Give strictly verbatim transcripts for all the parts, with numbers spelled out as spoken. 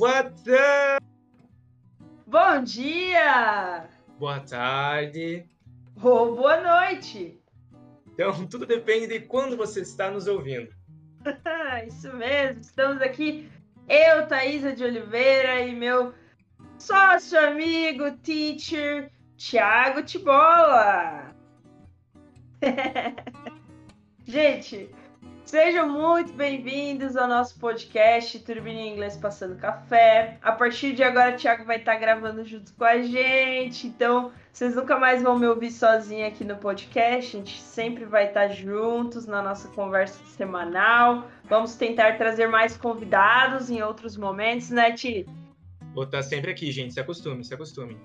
What's up? Bom dia! Boa tarde. Ou boa noite! Então, tudo depende de quando você está nos ouvindo. Isso mesmo, estamos aqui, eu, Thaisa de Oliveira, e meu sócio, amigo, teacher, Thiago Tibola. Gente, sejam muito bem-vindos ao nosso podcast Turbina em Inglês Passando Café. A partir de agora, o Thiago vai estar gravando junto com a gente, então vocês nunca mais vão me ouvir sozinha aqui no podcast. A gente sempre vai estar juntos na nossa conversa semanal. Vamos tentar trazer mais convidados em outros momentos, né, Ti? Vou estar sempre aqui, gente. Se acostume, se acostume.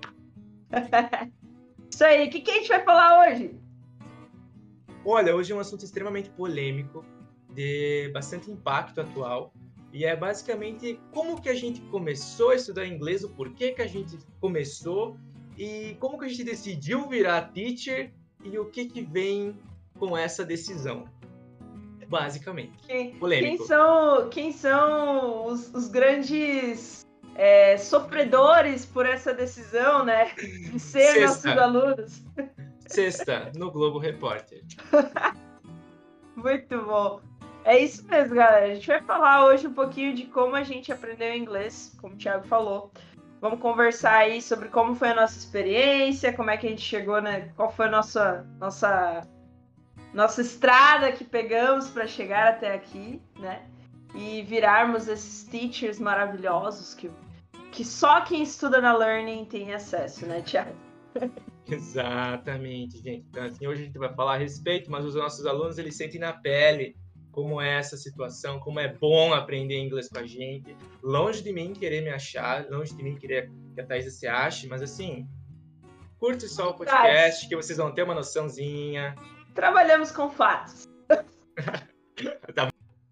Isso aí. O que, que a gente vai falar hoje? Olha, hoje é um assunto extremamente polêmico, de bastante impacto atual, e é basicamente como que a gente começou a estudar inglês, o porquê que a gente começou, e como que a gente decidiu virar teacher, e o que que vem com essa decisão. Basicamente. Quem, polêmico. Quem são, quem são os, os grandes é, sofredores por essa decisão, né? De ser Sexta. nossos alunos. Sexta, no Globo Repórter. Muito bom. É isso mesmo, galera. A gente vai falar hoje um pouquinho de como a gente aprendeu inglês, como o Thiago falou. Vamos conversar aí sobre como foi a nossa experiência, como é que a gente chegou, né? Qual foi a nossa, nossa, nossa estrada que pegamos para chegar até aqui, né? E virarmos esses teachers maravilhosos que, que só quem estuda na Learning tem acesso, né, Thiago? Exatamente, gente. Então, assim, hoje a gente vai falar a respeito, mas os nossos alunos, eles sentem na pele como é essa situação, como é bom aprender inglês com a gente. Longe de mim querer me achar, longe de mim querer que a Thaisa se ache, mas assim, curte só o podcast, que vocês vão ter uma noçãozinha. Trabalhamos com fatos. Tá.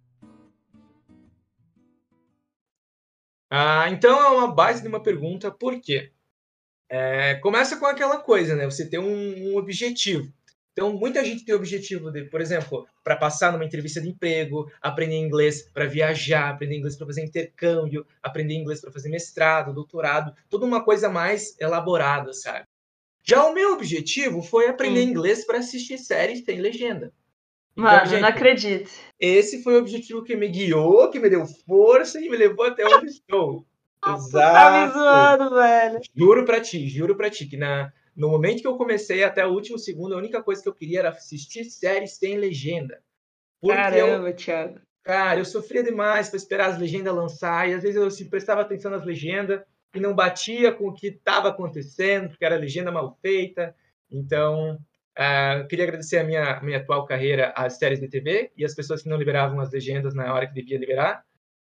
Ah, então é uma base de uma pergunta, por quê? É, começa com aquela coisa, né? Você tem um, um objetivo. Então, muita gente tem o objetivo de, por exemplo, para passar numa entrevista de emprego, aprender inglês para viajar, aprender inglês para fazer intercâmbio, aprender inglês para fazer mestrado, doutorado, toda uma coisa mais elaborada, sabe? Já o meu objetivo foi aprender hum. inglês para assistir séries sem legenda. Então, Mano, gente, não acredito. Esse foi o objetivo que me guiou, que me deu força e me levou até onde estou. Exato. Tá me zoando, velho. Juro pra ti, juro pra ti, que na, no momento que eu comecei até o último segundo, a única coisa que eu queria era assistir séries sem legenda. Porque Caramba, eu, Thiago. Cara, eu sofria demais para esperar as legendas lançar, e às vezes eu assim, prestava atenção nas legendas e não batia com o que estava acontecendo, porque era legenda mal feita. Então, uh, eu queria agradecer a minha, minha atual carreira às séries de T V e às pessoas que não liberavam as legendas na hora que devia liberar.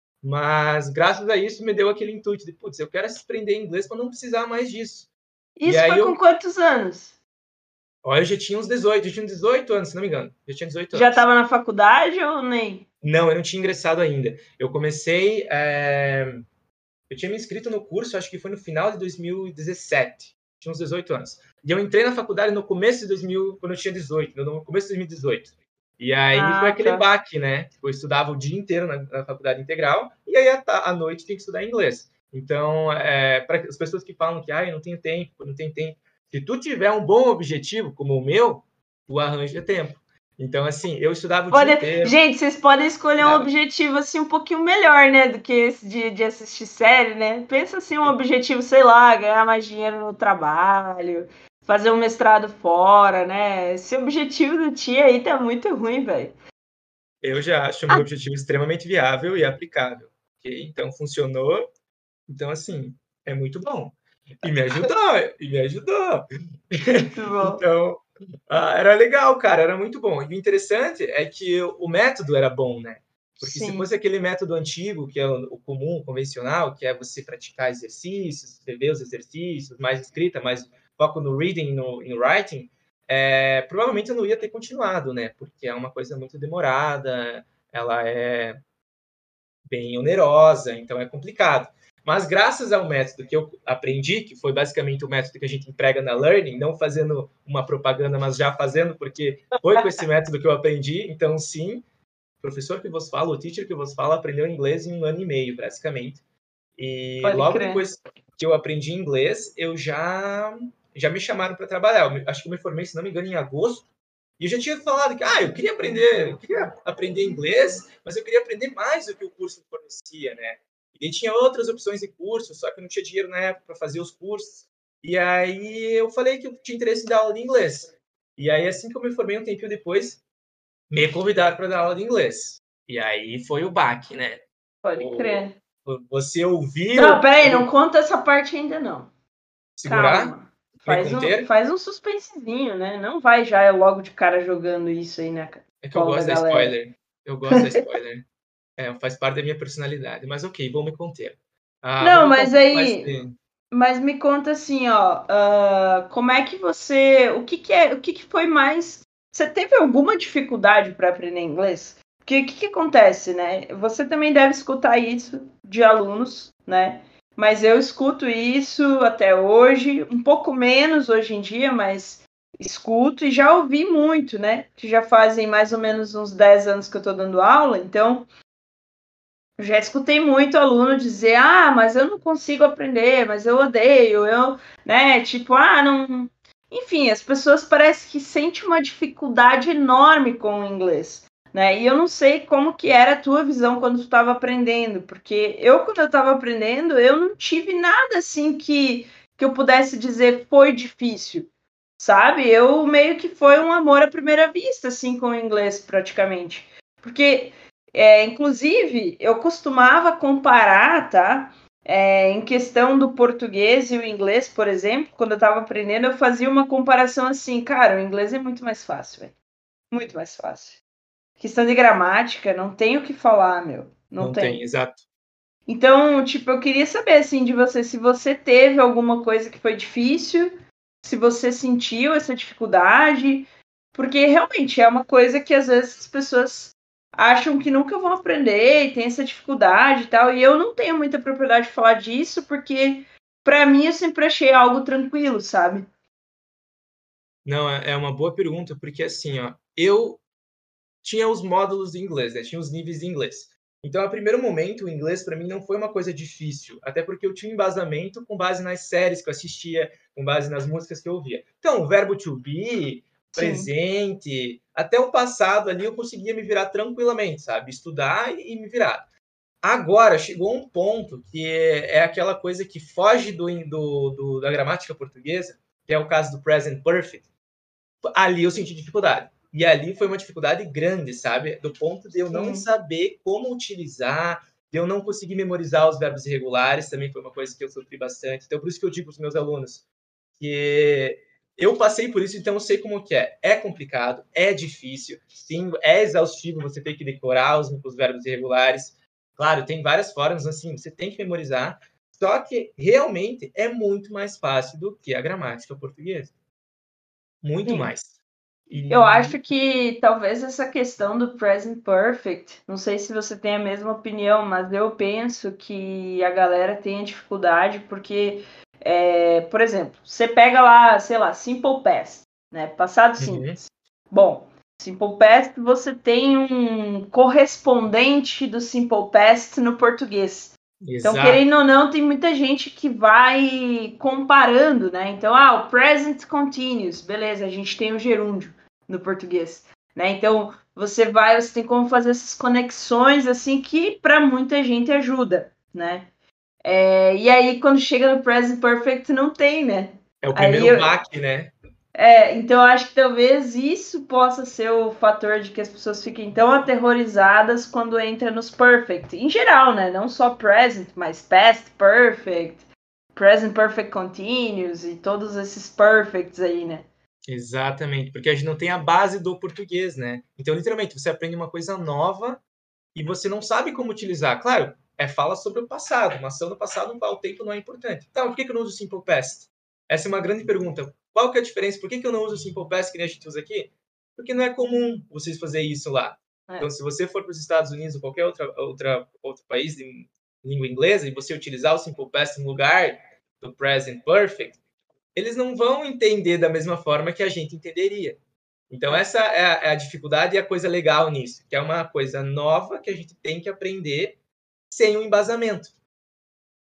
Mas, graças a isso, me deu aquele intuito de, putz, eu quero aprender inglês para não precisar mais disso. Isso foi com eu... quantos anos? Olha, eu já tinha uns dezoito, eu tinha dezoito anos, se não me engano. Eu tinha dezoito anos. Já estava na faculdade ou nem? Não, eu não tinha ingressado ainda. Eu comecei... É... Eu tinha me inscrito no curso, acho que foi no final de dois mil e dezessete. Tinha uns dezoito anos. E eu entrei na faculdade no começo de dois mil, quando eu tinha dezoito, no começo de dois mil e dezoito. E aí ah, foi aquele tá. baque, né? Eu estudava o dia inteiro na, na faculdade integral e aí à noite tinha que estudar inglês. Então, é, para as pessoas que falam que ah, eu não tenho tempo, não tenho tempo. Se tu tiver um bom objetivo, como o meu, tu arranja tempo. Então, assim, eu estudava o Pode... dia inteiro. Gente, vocês podem escolher um objetivo, assim, um pouquinho melhor, né? Do que esse de, de assistir série, né? Pensa, assim, um objetivo, sei lá, ganhar mais dinheiro no trabalho, fazer um mestrado fora, né? Esse objetivo do Tia aí tá muito ruim, velho. Eu já acho o meu ah. objetivo extremamente viável e aplicável. Okay? Então, funcionou. Então, assim, é muito bom. E me ajudou, e me ajudou. Muito bom. Então, ah, era legal, cara, era muito bom. E o interessante é que o método era bom, né? Porque Sim. se fosse aquele método antigo, que é o comum, o convencional, que é você praticar exercícios, escrever os exercícios, mais escrita, mais foco no reading e no, no writing, é, provavelmente eu não ia ter continuado, né? Porque é uma coisa muito demorada, ela é bem onerosa, então é complicado. Mas graças ao método que eu aprendi, que foi basicamente o método que a gente emprega na Learning, não fazendo uma propaganda, mas já fazendo, porque foi com esse método que eu aprendi, então sim, o professor que vos fala, o teacher que vos fala, aprendeu inglês em um ano e meio, basicamente. E Pode logo crer. depois que eu aprendi inglês, eu já, já me chamaram para trabalhar. Eu acho que eu me formei, se não me engano, em agosto. E eu já tinha falado que ah, eu queria aprender, eu queria aprender inglês, mas eu queria aprender mais do que o curso fornecia, né? E tinha outras opções de curso, só que eu não tinha dinheiro na época para fazer os cursos. E aí eu falei que eu tinha interesse em dar aula de inglês. E aí, assim que eu me formei, um tempinho depois, me convidaram para dar aula de inglês. E aí foi o baque, né? Pode O, crer. você ouviu Não, peraí, não conta essa parte ainda não. segurar, Calma. me Faz um, conter? faz um suspensezinho, né? Não vai já logo de cara jogando isso aí na É que eu colo da gosto da galera. spoiler. Eu gosto da spoiler. É, faz parte da minha personalidade. Mas ok, vou me conter. Ah, vou Não, contar um mas pouco mais aí, de... mas me conta assim, ó, ah, como é que você, o que que é, o que que foi mais, você teve alguma dificuldade para aprender inglês? Porque o que que acontece, né? Você também deve escutar isso de alunos, né? Mas eu escuto isso até hoje, um pouco menos hoje em dia, mas escuto e já ouvi muito, né? Que já fazem mais ou menos uns dez anos que eu tô dando aula, então já escutei muito aluno dizer, ah, mas eu não consigo aprender, mas eu odeio, eu, né, tipo, ah, não... Enfim, as pessoas parecem que sentem uma dificuldade enorme com o inglês, né, e eu não sei como que era a tua visão quando tu estava aprendendo, porque eu, quando eu estava aprendendo, eu não tive nada, assim, que, que eu pudesse dizer foi difícil, sabe? Eu meio que foi um amor à primeira vista, assim, com o inglês, praticamente. Porque é, inclusive, eu costumava comparar, tá? É, em questão do português e o inglês, por exemplo, quando eu estava aprendendo, eu fazia uma comparação assim, cara, o inglês é muito mais fácil, velho. Muito mais fácil. Questão de gramática, não tem o que falar, meu. Não Não tem, tem. exato. Então, tipo, eu queria saber, assim, de você, se você teve alguma coisa que foi difícil, se você sentiu essa dificuldade, porque realmente é uma coisa que às vezes as pessoas acham que nunca vão aprender e tem essa dificuldade e tal. E eu não tenho muita propriedade de falar disso, porque para mim eu sempre achei algo tranquilo, sabe? Não, é é uma boa pergunta, porque assim, ó, eu tinha os módulos de inglês, né? Tinha os níveis de inglês. Então, a primeiro momento, o inglês para mim não foi uma coisa difícil, até porque eu tinha um embasamento com base nas séries que eu assistia, com base nas músicas que eu ouvia. Então, o verbo to be, Sim. presente, até o passado ali eu conseguia me virar tranquilamente, sabe? Estudar e me virar. Agora, chegou um ponto que é, é aquela coisa que foge do, do, do, da gramática portuguesa, que é o caso do present perfect. Ali eu senti dificuldade. E ali foi uma dificuldade grande, sabe? Do ponto de eu não Sim. saber como utilizar, de eu não conseguir memorizar os verbos irregulares, também foi uma coisa que eu sofri bastante. Então, por isso que eu digo para os meus alunos que eu passei por isso, então eu sei como que é. É complicado, é difícil, sim, é exaustivo você ter que decorar os, os verbos irregulares. Claro, tem várias formas, assim, você tem que memorizar, só que realmente é muito mais fácil do que a gramática portuguesa. Muito Sim. mais. Eu E acho que talvez essa questão do present perfect, não sei se você tem a mesma opinião, mas eu penso que a galera tem dificuldade porque, é, por exemplo, você pega lá, sei lá, simple past, né? Passado uhum, simples. Bom, simple past você tem um correspondente do simple past no português. Então, exato, querendo ou não, tem muita gente que vai comparando, né? Então, ah, o present continuous, beleza, a gente tem o gerúndio no português, né? Então, você vai, você tem como fazer essas conexões assim que para muita gente ajuda, né? É, e aí, quando chega no present perfect, não tem, né? é o Aí primeiro eu, baque, né? é, então eu acho que talvez isso possa ser o fator de que as pessoas fiquem tão aterrorizadas quando entra nos perfect. Em geral, né? Não só present, mas past perfect, present perfect continuous e todos esses perfects aí, né? Exatamente, porque a gente não tem a base do português, né? Então, literalmente, você aprende uma coisa nova e você não sabe como utilizar. Claro, é fala sobre o passado, uma ação do passado no qual o tempo não é importante. Então, por que, que eu não uso simple past? Essa é uma grande pergunta. Qual que é a diferença? Por que, que eu não uso simple past que nem a gente usa aqui? Porque não é comum vocês fazerem isso lá. É. Então, se você for para os Estados Unidos ou qualquer outra, outra, outro país de língua inglesa e você utilizar o simple past no lugar do present perfect, eles não vão entender da mesma forma que a gente entenderia. Então, É. essa é a, é a dificuldade e a coisa legal nisso, que é uma coisa nova que a gente tem que aprender sem um embasamento.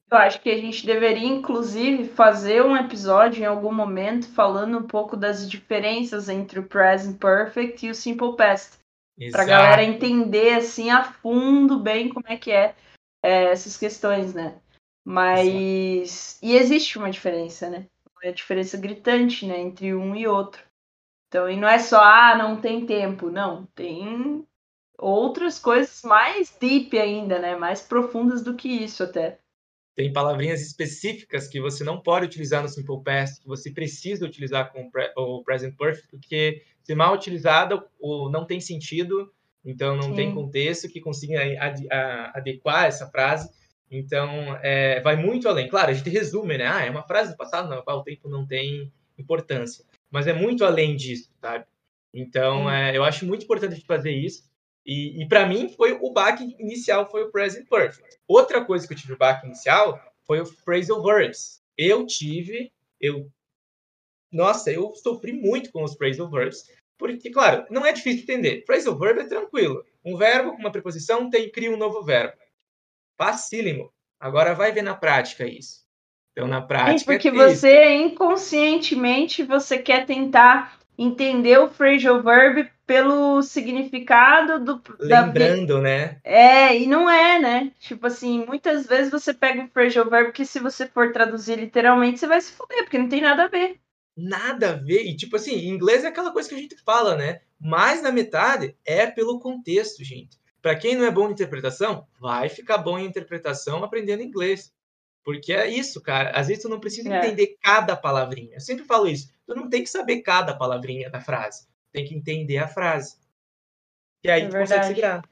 Eu acho que a gente deveria, inclusive, fazer um episódio em algum momento falando um pouco das diferenças entre o Present Perfect e o Simple Past, para a galera Exato. entender assim a fundo bem como é que é, é essas questões, né? Exato. Mas e existe uma diferença, né? É diferença gritante, né, entre um e outro. Então, e não é só ah, não tem tempo, não, tem outras coisas mais deep ainda, né? Mais profundas do que isso até. Tem palavrinhas específicas que você não pode utilizar no Simple Past, que você precisa utilizar com o Present Perfect, porque se mal utilizado, ou não tem sentido, então não tem Sim. contexto que consiga adequar essa frase. Então, é, vai muito além. Claro, a gente resume, né? Ah, é uma frase do passado na qual o tempo não tem importância. Mas é muito além disso, sabe? Então, é, eu acho muito importante a gente fazer isso. E, e para mim, foi o baque inicial foi o Present Perfect. Outra coisa que eu tive o baque inicial foi o phrasal verbs. Eu tive, eu, nossa, eu sofri muito com os phrasal verbs, porque, claro, não é difícil de entender. Phrasal verb é tranquilo. Um verbo com uma preposição tem cria um novo verbo. Facílimo. Agora vai ver na prática isso. Então, na Sim, prática é porque triste. você inconscientemente você quer tentar entender o phrasal verb pelo significado do, da, Lembrando, né? é, e não é, né? Tipo assim, muitas vezes você pega um phrasal verb que se você for traduzir literalmente, você vai se fuder, porque não tem nada a ver. Nada a ver. E, tipo assim, em inglês é aquela coisa que a gente fala, né? Mais da metade é pelo contexto, gente. Para quem não é bom em interpretação, vai ficar bom em interpretação aprendendo inglês. Porque é isso, cara. Às vezes tu não precisa É, entender cada palavrinha. Eu sempre falo isso. Tu não tem que saber cada palavrinha da frase. Tem que entender a frase. E é aí tu consegue se verdade. virar.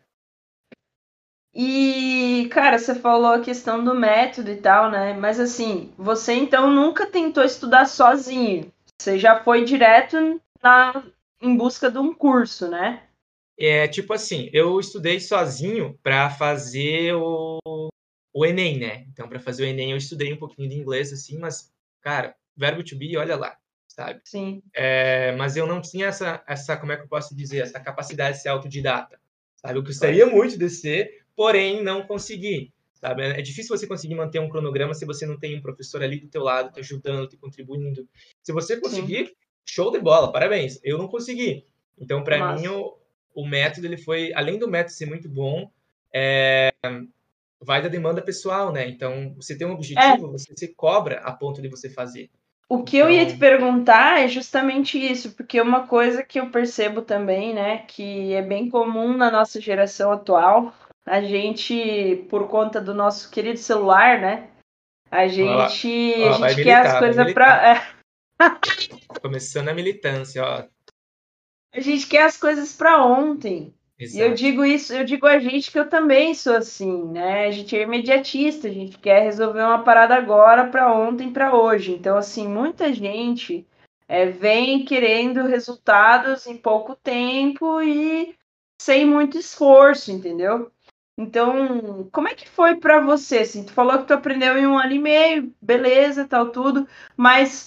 E, cara, você falou a questão do método e tal, né? Mas assim, você então nunca tentou estudar sozinho. Você já foi direto na, em busca de um curso, né? É tipo assim, eu estudei sozinho para fazer o, o Enem, né? Então, para fazer o Enem, eu estudei um pouquinho de inglês, assim, mas, cara, verbo to be, olha lá, sabe? Sim. É, mas eu não tinha essa, essa, como é que eu posso dizer, essa capacidade de ser autodidata, sabe? Eu Pode. gostaria muito de ser, porém não consegui, sabe? É difícil você conseguir manter um cronograma se você não tem um professor ali do teu lado, te ajudando, te contribuindo. Se você Sim. conseguir, show de bola, parabéns. Eu não consegui. Então, para mim, Massa. o, o método, ele foi, além do método ser muito bom, é, vai da demanda pessoal, né? Então, você tem um É, objetivo, você se cobra a ponto de você fazer. o que eu ia te Então, perguntar é justamente isso, porque uma coisa que eu percebo também, né, que é bem comum na nossa geração atual, a gente, por conta do nosso querido celular, né, a ó lá, gente, a ó, vai gente quer as militar, vai coisas militar. para, Começando a militância, ó. a gente quer as coisas para ontem. E eu Exato. digo isso, eu digo a gente que eu também sou assim, né? A gente é imediatista, a gente quer resolver uma parada agora para ontem, para hoje. Então, assim, muita gente é, vem querendo resultados em pouco tempo e sem muito esforço, entendeu? Então, como é que foi para você? Assim, tu falou que tu aprendeu em um ano e meio, beleza, tal, tudo, mas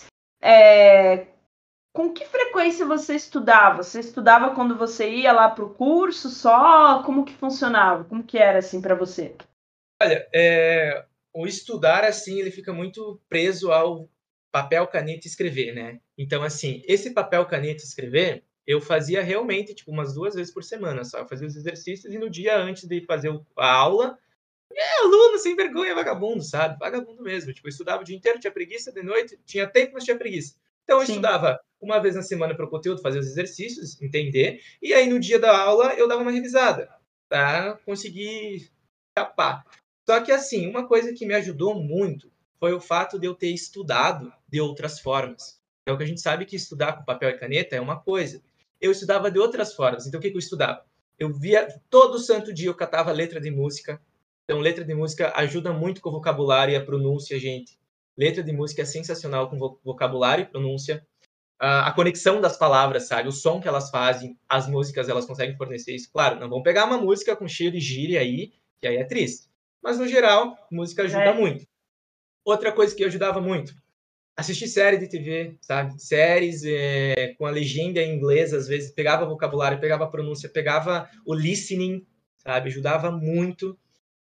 é, com que frequência você estudava? Você estudava quando você ia lá para o curso só? Como que funcionava? Como que era assim para você? Olha, é, o estudar, assim, ele fica muito preso ao papel, caneta e escrever, né? Então, assim, esse papel, caneta e escrever, eu fazia realmente, tipo, umas duas vezes por semana só. Eu fazia os exercícios e no dia antes de fazer a aula, é aluno sem vergonha, vagabundo, sabe? Vagabundo mesmo. Tipo, eu estudava o dia inteiro, tinha preguiça, de noite, tinha tempo, mas tinha preguiça. Então, eu Sim. estudava uma vez na semana para o conteúdo, fazer os exercícios, entender, e aí no dia da aula eu dava uma revisada, tá? Conseguir capar. Só que, assim, uma coisa que me ajudou muito foi o fato de eu ter estudado de outras formas. Então, que a gente sabe que estudar com papel e caneta é uma coisa. Eu estudava de outras formas. Então, o que, que eu estudava? Eu via todo santo dia, eu catava letra de música. Então, letra de música ajuda muito com o vocabulário e a pronúncia, gente. Letra de música é sensacional com vocabulário e pronúncia. A conexão das palavras, sabe? O som que elas fazem, as músicas, elas conseguem fornecer isso. Claro, não vão pegar uma música com cheio de gíria aí, que aí é triste. Mas, no geral, música ajuda É, muito. Outra coisa que ajudava muito, assistir série de T V, sabe? Séries é, com a legenda em inglês, às vezes, pegava vocabulário, pegava pronúncia, pegava o listening, sabe? Ajudava muito.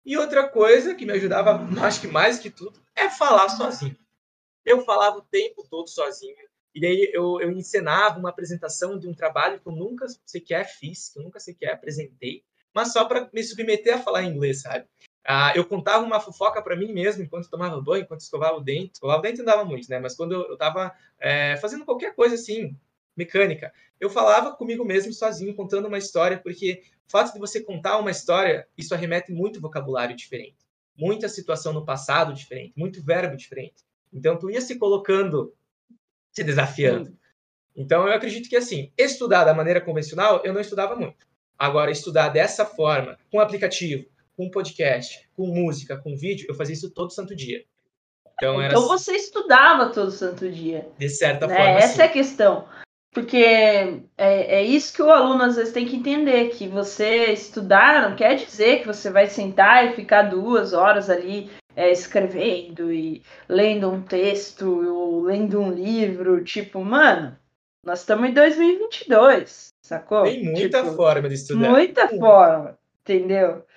E outra coisa que me ajudava, acho que mais que tudo, é falar sozinho. Eu falava o tempo todo sozinho. E daí eu, eu encenava uma apresentação de um trabalho que eu nunca sequer fiz, que eu nunca sequer apresentei, mas só para me submeter a falar inglês, sabe? Ah, eu contava uma fofoca para mim mesmo enquanto tomava banho, enquanto escovava o dente. Escovava o dente não dava muito, né? Mas quando eu estava é, fazendo qualquer coisa assim, mecânica, eu falava comigo mesmo sozinho, contando uma história, porque o fato de você contar uma história, isso arremete muito vocabulário diferente, muita situação no passado diferente, muito verbo diferente. Então, tu ia se colocando, se desafiando. Sim. Então, eu acredito que, assim, estudar da maneira convencional, eu não estudava muito. Agora, estudar dessa forma, com aplicativo, com podcast, com música, com vídeo, eu fazia isso todo santo dia. Então, era, Então você estudava todo santo dia, de certa né? forma, Essa é sim. a questão. Porque é, é isso que o aluno às vezes tem que entender, que você estudar não quer dizer que você vai sentar e ficar duas horas ali é, escrevendo e lendo um texto ou lendo um livro. Tipo, mano, nós estamos em dois mil e vinte e dois, sacou? Tem muita Tipo, forma de estudar. muita forma, entendeu?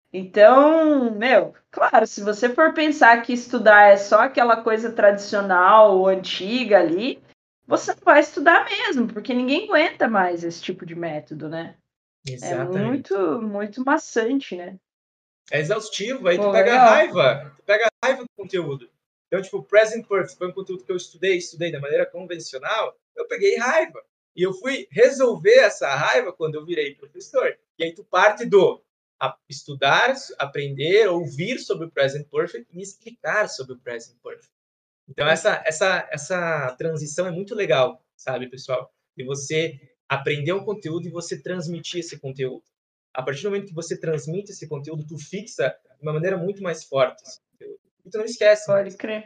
Então, meu, claro, se você for pensar que estudar é só aquela coisa tradicional ou antiga ali, você não vai estudar mesmo, porque ninguém aguenta mais esse tipo de método, né? É Exatamente. muito, muito maçante, né? É exaustivo, aí tu Pô, pega legal. raiva, tu pega raiva do conteúdo. Então, tipo, Present Perfect foi um conteúdo que eu estudei, estudei da maneira convencional, eu peguei raiva. E eu fui resolver essa raiva quando eu virei professor. E aí tu parte do estudar, aprender, ouvir sobre o Present Perfect e explicar sobre o Present Perfect. Então, essa, essa, essa transição é muito legal, sabe, pessoal? De você aprender um conteúdo e você transmitir esse conteúdo. A partir do momento que você transmite esse conteúdo, tu fixa de uma maneira muito mais forte esse conteúdo. E tu não esquece Pode mais. crer.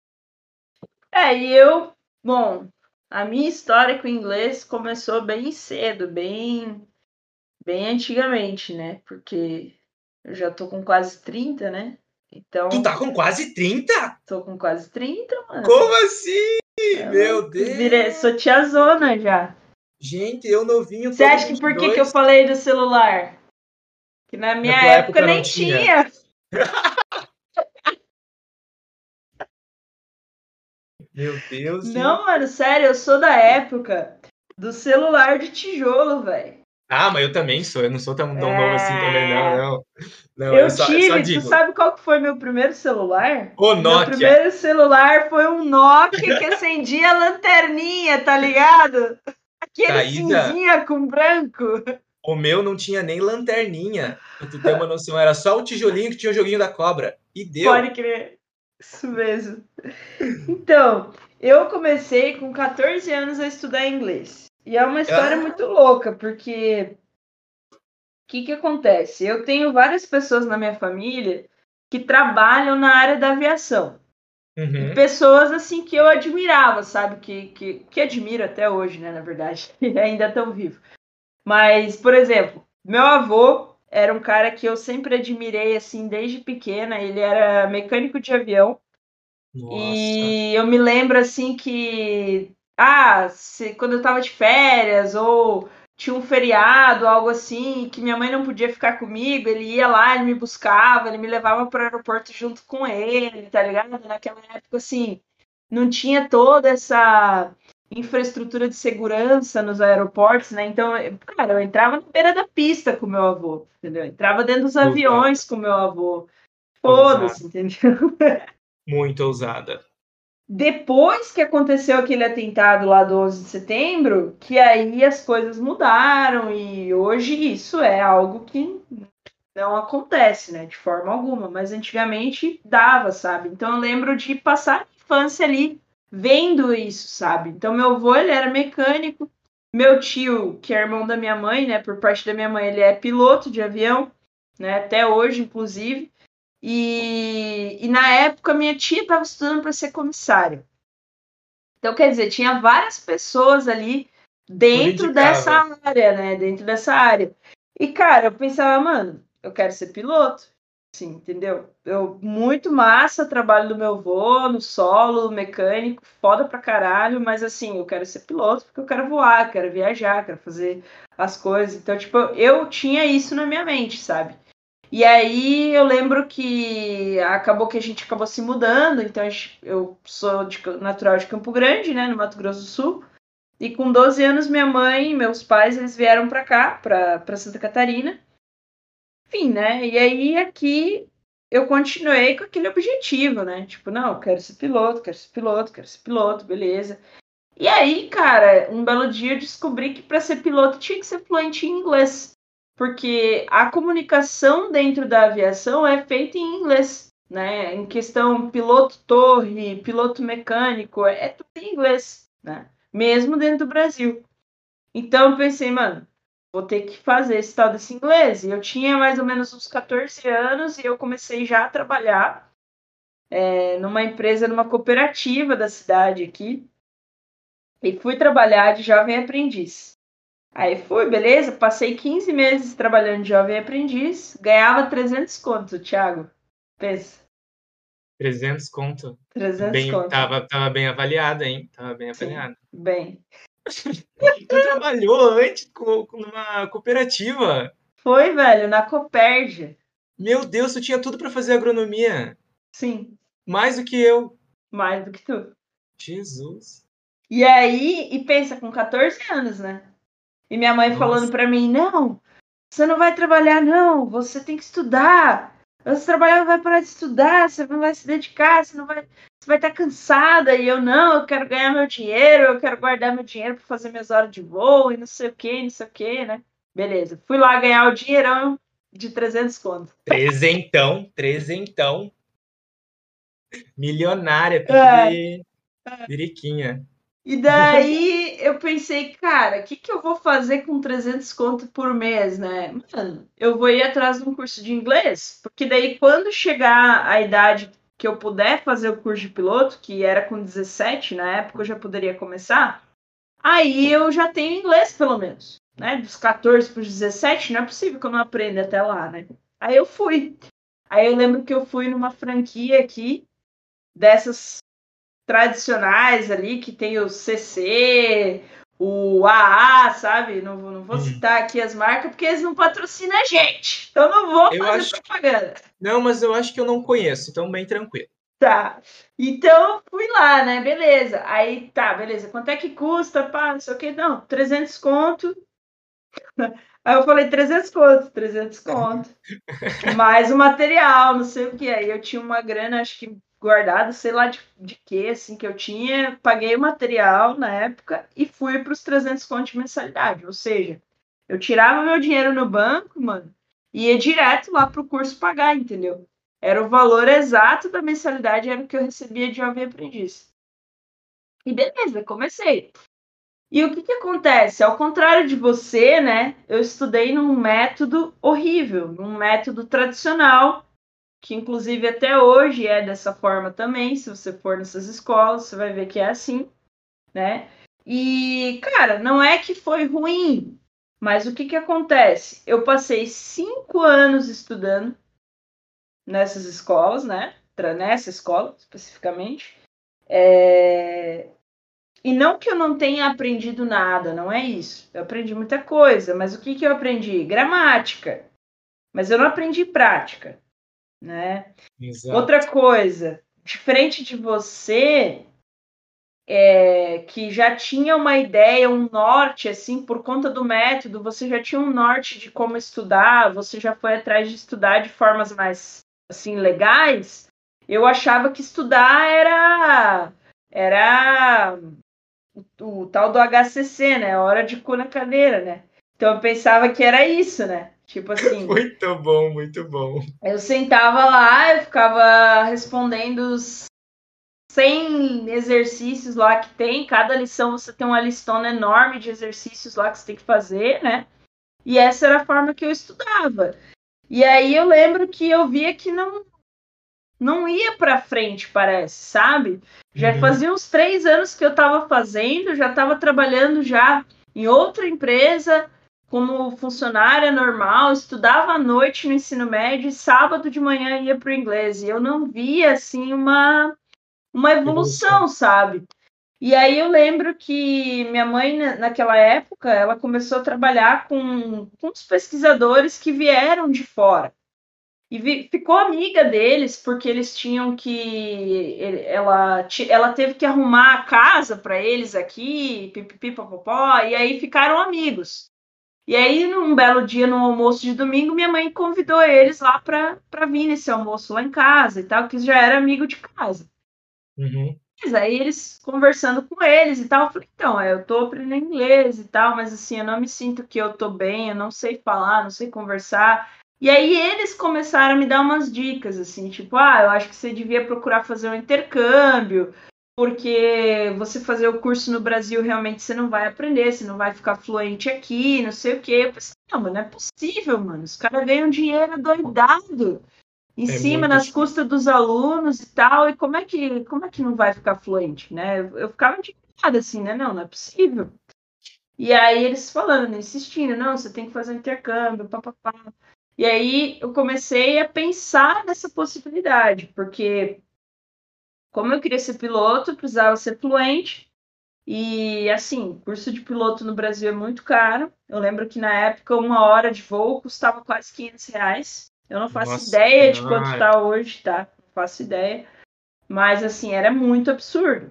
É, e eu, bom, a minha história com o inglês começou bem cedo, bem, bem antigamente, né? Porque eu já tô com quase trinta, né? Tu Então, tá com quase trinta? tô com quase trinta, mano. Como assim? É Meu louco. Virei, Deus! sou tiazona já. Gente, eu novinho, Você todo acha que vinte e por que que eu dois. falei do celular? Que na Na minha tua época época não nem tinha. tinha. Meu Deus, gente. Não, mano, sério, eu sou da época do celular de tijolo, velho. Ah, mas eu também sou. Eu não sou tão, tão novo assim também, não, É... não. Não, eu Eu só, eu só tive, tu digo. sabe qual que foi meu primeiro celular? O Meu Nokia. primeiro celular foi um Nokia que acendia a lanterninha, tá ligado? Aquele Thaísa, cinzinha com branco. o meu não tinha nem lanterninha. Pra tu ter uma noção, era só o tijolinho que tinha o joguinho da cobra. E deu. Pode crer. Isso mesmo. Então, eu comecei com quatorze anos a estudar inglês. E é uma história Ah, muito louca, porque o que que acontece? Eu tenho várias pessoas na minha família que trabalham na área da aviação. E uhum. pessoas assim que eu admirava, sabe? Que, que, que admiro até hoje, né? Na verdade, ainda estão vivos. Mas, por exemplo, meu avô era um cara que eu sempre admirei assim desde pequena. Ele era mecânico de avião. Nossa. E eu me lembro assim que, ah, se, quando eu tava de férias ou tinha um feriado, algo assim, que minha mãe não podia ficar comigo, ele ia lá, ele me buscava, ele me levava para o aeroporto junto com ele, tá ligado? Naquela época, assim, não tinha toda essa infraestrutura de segurança nos aeroportos, né? Então, cara, eu entrava na beira da pista com meu avô, entendeu? Eu entrava dentro dos Ousada. aviões com meu avô. Ousada. Foda-se, entendeu? Muito ousada. Depois que aconteceu aquele atentado lá do onze de setembro, que aí as coisas mudaram e hoje isso é algo que não acontece, né, de forma alguma, mas antigamente dava, sabe? Então eu lembro de passar a infância ali vendo isso, sabe? Então meu avô, ele era mecânico, meu tio, que é irmão da minha mãe, né, por parte da minha mãe, ele é piloto de avião, né, até hoje, inclusive. E, e na época minha tia estava estudando para ser comissária. Então, quer dizer, tinha várias pessoas ali Tudo dentro dessa indicava. área, né? Dentro dessa área. E, cara, eu pensava, mano, eu quero ser piloto. Sim, entendeu? Eu, muito massa o trabalho do meu vô no solo, mecânico, foda pra caralho, mas assim, eu quero ser piloto porque eu quero voar, quero viajar, quero fazer as coisas. Então, tipo, eu tinha isso na minha mente, sabe? E aí eu lembro que acabou que a gente acabou se mudando, então a gente- eu sou de, natural de Campo Grande, né, no Mato Grosso do Sul. E com doze anos minha mãe e meus pais eles vieram para cá, para para Santa Catarina. Enfim, né? E aí aqui eu continuei com aquele objetivo, né? Tipo, não, eu quero ser piloto, quero ser piloto, quero ser piloto, beleza. E aí, cara, um belo dia eu descobri que para ser piloto tinha que ser fluente em inglês, porque a comunicação dentro da aviação é feita em inglês, né? Em questão piloto torre, piloto mecânico, é tudo em inglês, né? Mesmo dentro do Brasil. Então eu pensei, mano, vou ter que fazer esse tal desse inglês. E eu tinha mais ou menos uns catorze anos e eu comecei já a trabalhar é, numa empresa, numa cooperativa da cidade aqui. E fui trabalhar de jovem aprendiz. Aí fui, beleza, passei quinze meses trabalhando de jovem aprendiz, ganhava trezentos conto, Thiago. Pensa, trezentos conto. trezentos Bem, conto. tava, tava bem avaliada, hein? Tava bem Sim, avaliada. bem. Tu trabalhou antes com, com numa cooperativa? Foi, velho, na Copérdia. Meu Deus, tu tinha tudo para fazer agronomia. Sim, Mais do que eu. mais do que tu. Jesus. E aí, e pensa, com catorze anos, né? E minha mãe falando Nossa. pra mim, não, você não vai trabalhar, não, você tem que estudar. Você trabalhar, vai parar de estudar, você não vai se dedicar, você não vai, você vai estar cansada. E eu, não, eu quero ganhar meu dinheiro, eu quero guardar meu dinheiro para fazer minhas horas de voo e não sei o que, não sei o que, né? Beleza, fui lá ganhar o dinheirão de trezentos conto. Trezentão, trezentão. Milionária, pique É. de biriquinha. E daí eu pensei, cara, o que, que eu vou fazer com trezentos conto por mês, né? Mano, eu vou ir atrás de um curso de inglês, porque daí quando chegar a idade que eu puder fazer o curso de piloto, que era com dezessete na época, eu já poderia começar, aí eu já tenho inglês pelo menos, né? Dos catorze para os dezessete, não é possível que eu não aprenda até lá, né? Aí eu fui. Aí eu lembro que eu fui numa franquia aqui, dessas tradicionais ali, que tem o C C, o A A, sabe? Não, não vou Hum. citar aqui as marcas, porque eles não patrocinam a gente. Então não vou Eu fazer acho que... propaganda. Não, mas eu acho que eu não conheço, então bem tranquilo. Tá. Então fui lá, né? Beleza. Aí tá, beleza. Quanto é que custa? Pá, não sei o que. Não, trezentos conto. Aí eu falei trezentos conto, trezentos conto. Mais o material, não sei o que. Aí eu tinha uma grana, acho que guardada, sei lá de, de que, assim, que eu tinha. Paguei o material na época e fui para os trezentos conto de mensalidade. Ou seja, eu tirava meu dinheiro no banco, mano, e ia direto lá pro curso pagar, entendeu? Era o valor exato da mensalidade, era o que eu recebia de jovem aprendiz. E beleza, comecei. E o que, que acontece? Ao contrário de você, né? Eu estudei num método horrível, num método tradicional, que inclusive até hoje é dessa forma também. Se você for nessas escolas, você vai ver que é assim, né? E, cara, não é que foi ruim, mas o que, que acontece? Eu passei cinco anos estudando nessas escolas, né? Nessa escola, especificamente. É... E não que eu não tenha aprendido nada, não é isso. Eu aprendi muita coisa, mas o que, que eu aprendi? Gramática. Mas eu não aprendi prática, né? Exato. Outra coisa, diferente de você, é, que já tinha uma ideia, um norte, assim, por conta do método, você já tinha um norte de como estudar, você já foi atrás de estudar de formas mais, assim, legais. Eu achava que estudar era era o, o tal do H C C, né? Hora de cu na cadeira, né? Então eu pensava que era isso, né? Tipo assim, Muito bom, muito bom. eu sentava lá, eu ficava respondendo os cem exercícios lá que tem. Cada lição você tem uma listona enorme de exercícios lá que você tem que fazer, né? E essa era a forma que eu estudava. E aí eu lembro que eu via que não não ia para frente, parece, sabe? Já Uhum. fazia uns três anos que eu estava fazendo, já estava trabalhando já em outra empresa como funcionária normal, estudava à noite no ensino médio e sábado de manhã ia para o inglês. E eu não via assim uma uma Evolução. evolução, sabe? E aí eu lembro que minha mãe, naquela época, ela começou a trabalhar com, com os pesquisadores que vieram de fora. E vi, ficou amiga deles porque eles tinham que. Ela, ela teve que arrumar a casa para eles aqui, pipipi, popopó, e aí ficaram amigos. E aí, num belo dia, no almoço de domingo, minha mãe convidou eles lá para vir nesse almoço lá em casa e tal, que já era amigo de casa. Uhum. Mas aí eles conversando com eles e tal, eu falei, então, eu tô aprendendo inglês e tal, mas assim, eu não me sinto que eu tô bem, eu não sei falar, não sei conversar. E aí eles começaram a me dar umas dicas, assim, tipo, ah, eu acho que você devia procurar fazer um intercâmbio, porque você fazer o curso no Brasil realmente você não vai aprender, você não vai ficar fluente aqui, não sei o quê. Eu pensei, não, mas não é possível, mano. Os caras ganham dinheiro doidado em É cima, muito nas difícil. custas dos alunos e tal, e como é que, como é que não vai ficar fluente, né? Eu, eu ficava indignada assim, né? Não, não é possível. E aí eles falando, insistindo, não, você tem que fazer um intercâmbio, papapá. E aí eu comecei a pensar nessa possibilidade, porque como eu queria ser piloto, eu precisava ser fluente. E assim, curso de piloto no Brasil é muito caro. Eu lembro que na época uma hora de voo custava quase quinhentos reais. Eu não faço Nossa ideia de quanto senhora. tá hoje, tá? Não faço ideia. Mas assim, era muito absurdo.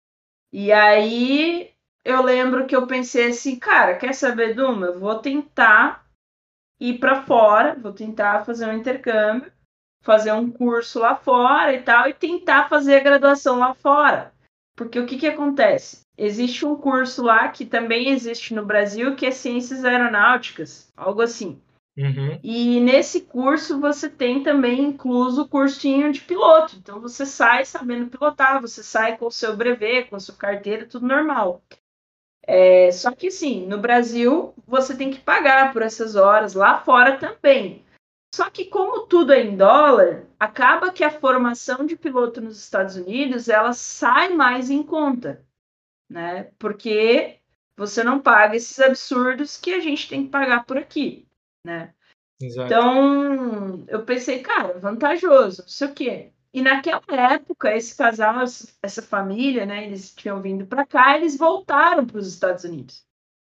E aí eu lembro que eu pensei assim, cara, quer saber, Duma? Eu vou tentar ir para fora, vou tentar fazer um intercâmbio, fazer um curso lá fora e tal, e tentar fazer a graduação lá fora. Porque o que, que acontece? Existe um curso lá que também existe no Brasil, que é Ciências Aeronáuticas, algo assim. Uhum. E nesse curso você tem também incluso o cursinho de piloto. Então você sai sabendo pilotar, você sai com o seu brevet, com a sua carteira, tudo normal. É, só que sim, no Brasil você tem que pagar por essas horas, lá fora também. Só que como tudo é em dólar, acaba que a formação de piloto nos Estados Unidos ela sai mais em conta, né? Porque você não paga esses absurdos que a gente tem que pagar por aqui, né? Exato. Então, eu pensei, cara, vantajoso, não sei o quê. E naquela época, esse casal, essa família, né, eles tinham vindo para cá, eles voltaram para os Estados Unidos.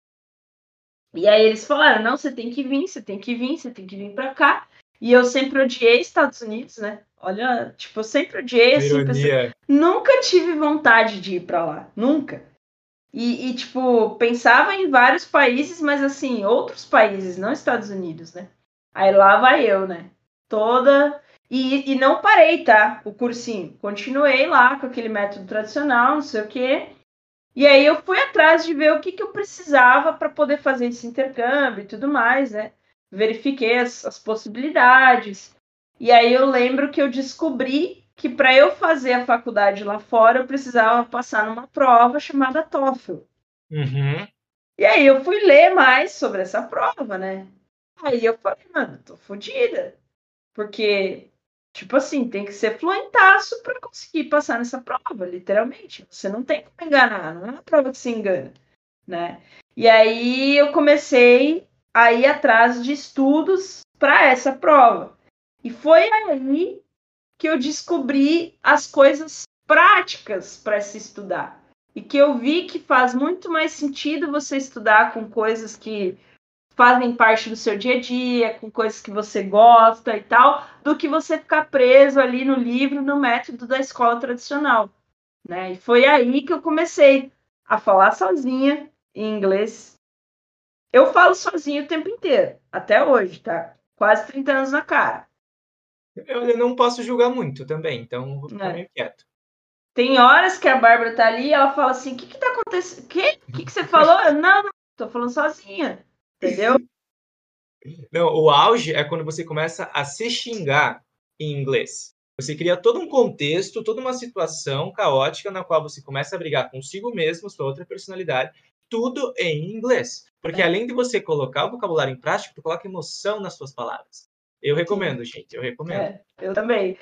E aí eles falaram: não, você tem que vir, você tem que vir, você tem que vir para cá. E eu sempre odiei Estados Unidos, né? Olha, tipo, eu sempre odiei, Que assim, pensei, ironia. nunca tive vontade de ir para lá, nunca. E, e, tipo, pensava em vários países, mas assim, outros países, não Estados Unidos, né? Aí lá vai eu, né? Toda. E, e não parei, tá? O cursinho. Continuei lá com aquele método tradicional, não sei o quê. E aí eu fui atrás de ver o que, que eu precisava para poder fazer esse intercâmbio e tudo mais, né? Verifiquei as, as possibilidades. E aí eu lembro que eu descobri que para eu fazer a faculdade lá fora, eu precisava passar numa prova chamada TOEFL. Uhum. E aí eu fui ler mais sobre essa prova, né? Aí eu falei, mano, tô fodida. Porque, tipo assim, tem que ser fluentaço para conseguir passar nessa prova, literalmente. Você não tem como enganar, não é uma prova que se engana, né? E aí eu comecei a ir atrás de estudos para essa prova. E foi aí que eu descobri as coisas práticas para se estudar. E que eu vi que faz muito mais sentido você estudar com coisas que fazem parte do seu dia a dia, com coisas que você gosta e tal, do que você ficar preso ali no livro, no método da escola tradicional, né? E foi aí que eu comecei a falar sozinha em inglês. Eu falo sozinho o tempo inteiro, até hoje, tá? Quase trinta anos na cara. Eu, eu não posso julgar muito também, então vou ficar Né? meio quieto. Tem horas que a Bárbara tá ali e ela fala assim: o que que tá acontecendo? O que? O que que você falou? Eu, não, não, tô falando sozinha, entendeu? Não, o auge é quando você começa a se xingar em inglês. Você cria todo um contexto, toda uma situação caótica na qual você começa a brigar consigo mesmo, sua outra personalidade, tudo em inglês. Porque É, além de você colocar o vocabulário em prática, tu coloca emoção nas suas palavras. Eu sim, recomendo, gente, eu recomendo. é, eu também.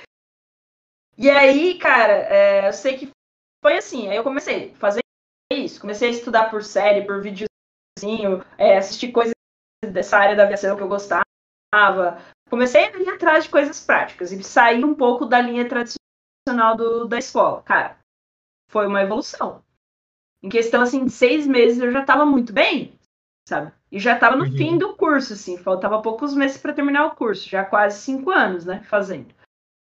E aí, cara, é, eu sei que foi assim. Aí eu comecei a fazer isso. Comecei a estudar por série, por videozinho, é, assistir coisas dessa área da aviação que eu gostava. Comecei a ir atrás de coisas práticas e sair um pouco da linha tradicional do, da escola. Cara, foi uma evolução. Em questão assim de seis meses eu já estava muito bem. sabe? E já tava no Uhum. fim do curso, assim, faltava poucos meses para terminar o curso, já quase cinco anos, né, fazendo.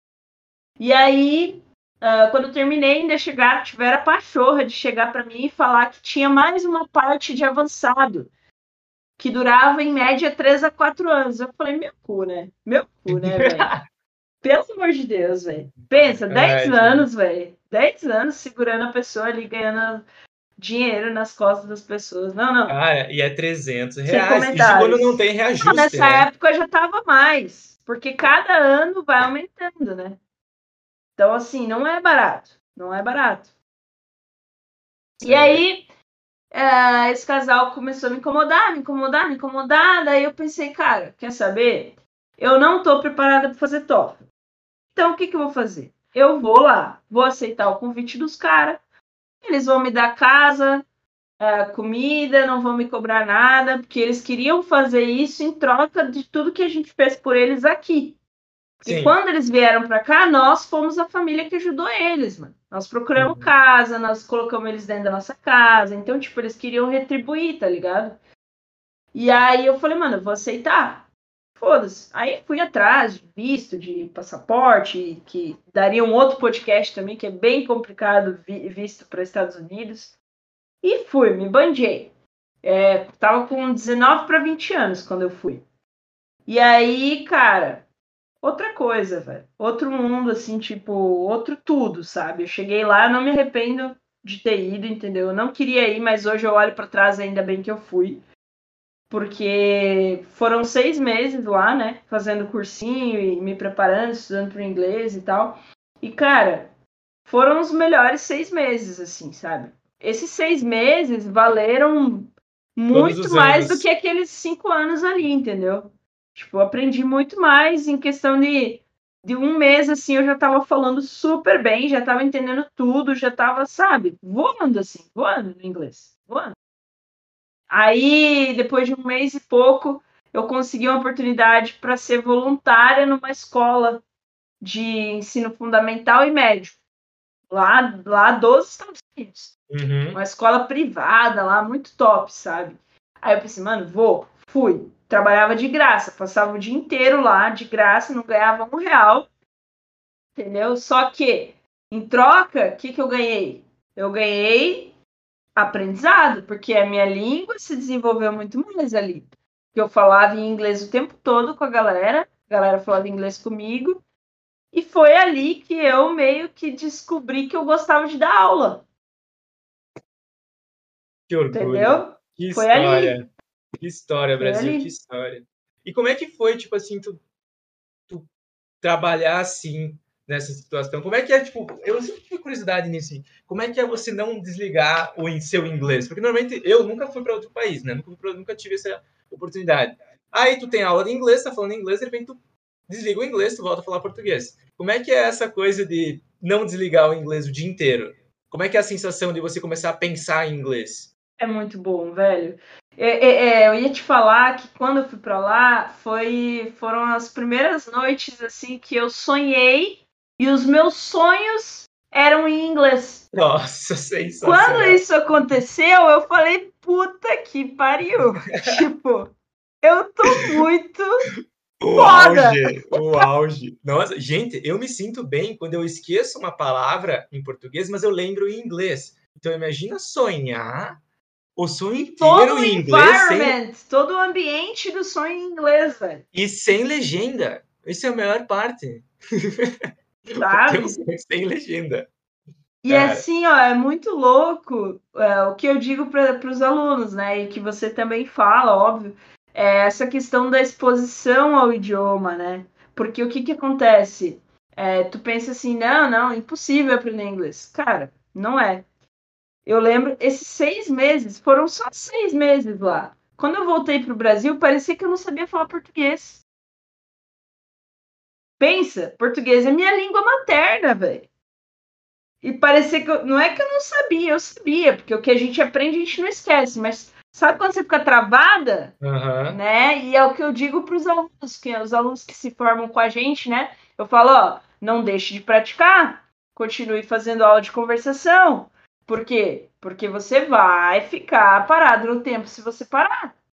E aí, uh, quando eu terminei, ainda chegaram, tiveram a pachorra de chegar para mim e falar que tinha mais uma parte de avançado, que durava em média três a quatro anos. Eu falei, meu cu, né? Meu cu, né, velho? Pelo amor de Deus, velho. Pensa, dez Ai, gente. anos, velho. dez anos segurando a pessoa ali, ganhando dinheiro nas costas das pessoas. Não, não. Cara, e é trezentos Sem reais. Isso quando não comentários. tem Não, reajuste, nessa né? época já tava mais, porque cada ano vai aumentando, né? Então, assim, não é barato. Não é barato. E Certo. aí, é, esse casal começou a me incomodar, me incomodar, me incomodar. Daí eu pensei, cara, quer saber? Eu não tô preparada para fazer TOEFL. Então, o que, que eu vou fazer? Eu vou lá, vou aceitar o convite dos caras. Eles vão me dar casa, uh, comida, não vão me cobrar nada, porque eles queriam fazer isso em troca de tudo que a gente fez por eles aqui. Porque Sim. quando eles vieram para cá, nós fomos a família que ajudou eles, mano. Nós procuramos Uhum. casa, nós colocamos eles dentro da nossa casa. Então, tipo, eles queriam retribuir, tá ligado? E aí eu falei, mano, eu vou aceitar. Foda-se. Aí fui atrás de visto, de passaporte, que daria um outro podcast também, que é bem complicado visto para Estados Unidos. E fui, me bandiei. É, tava com dezenove para vinte anos quando eu fui. E aí, cara, outra coisa, velho. Outro mundo, assim, tipo, outro tudo, sabe? Eu cheguei lá, não me arrependo de ter ido, entendeu? Eu não queria ir, mas hoje eu olho para trás, ainda bem que eu fui. Porque foram seis meses lá, né? Fazendo cursinho e me preparando, estudando para o inglês e tal. E, cara, foram os melhores seis meses, assim, sabe? Esses seis meses valeram Todos muito os mais do que anos. aqueles cinco anos ali, entendeu? Tipo, eu aprendi muito mais em questão de, de um mês, assim, eu já tava falando super bem, já tava entendendo tudo, já tava, sabe, voando, assim, voando no inglês, voando. Aí, depois de um mês e pouco, eu consegui uma oportunidade para ser voluntária numa escola de ensino fundamental e médio, lá, lá dos Estados Unidos. Uhum. Uma escola privada lá, muito top, sabe? Aí eu pensei, mano, vou, fui. Trabalhava de graça, passava o dia inteiro lá de graça, não ganhava um real, entendeu? Só que, em troca, o que, que eu ganhei? Eu ganhei aprendizado, porque a minha língua se desenvolveu muito mais ali. Eu falava em inglês o tempo todo com a galera, a galera falava inglês comigo, e foi ali que eu meio que descobri que eu gostava de dar aula, Que orgulho. entendeu? Que Foi ali, história. Que história, foi Brasil, que ali. história. E como é que foi, tipo assim, tu, tu trabalhar assim nessa situação? Como é que é, tipo, eu sempre tive curiosidade nisso. Assim, como é que é você não desligar o seu inglês? Porque normalmente eu nunca fui para outro país, né? Nunca, pra, nunca tive essa oportunidade. Aí tu tem aula de inglês, tá falando inglês, de repente tu desliga o inglês, tu volta a falar português. Como é que é essa coisa de não desligar o inglês o dia inteiro? Como é que é a sensação de você começar a pensar em inglês? É muito bom, velho. É, é, é, eu ia te falar que quando eu fui pra lá, foi, foram as primeiras noites assim que eu sonhei e os meus sonhos eram em inglês. Nossa, Quando sensacional. isso aconteceu, eu falei, puta que pariu. Tipo, eu tô muito O foda. auge, o auge. Nossa, gente, eu me sinto bem quando eu esqueço uma palavra em português, mas eu lembro em inglês. Então imagina sonhar o sonho E todo inteiro o em inglês sem, environment, todo o ambiente do sonho em inglês, velho. e sem legenda. Isso é a melhor parte. O teu Sabe? sonho sem legenda. E Cara, assim, ó, é muito louco é, o que eu digo para os alunos, né? E que você também fala, óbvio, é essa questão da exposição ao idioma, né? Porque o que que acontece? É, tu pensa assim, não, não, impossível aprender inglês. Cara, não é. Eu lembro, esses seis meses, foram só seis meses lá. Quando eu voltei para o Brasil, parecia que eu não sabia falar português. Pensa, português é minha língua materna, velho. E parecia que eu, não é que eu não sabia, eu sabia, porque o que a gente aprende a gente não esquece, mas sabe quando você fica travada, aham. né? E é o que eu digo para os alunos, que os alunos que se formam com a gente, né? Eu falo, ó, não deixe de praticar, continue fazendo aula de conversação. Por quê? Porque você vai ficar parado no tempo se você parar.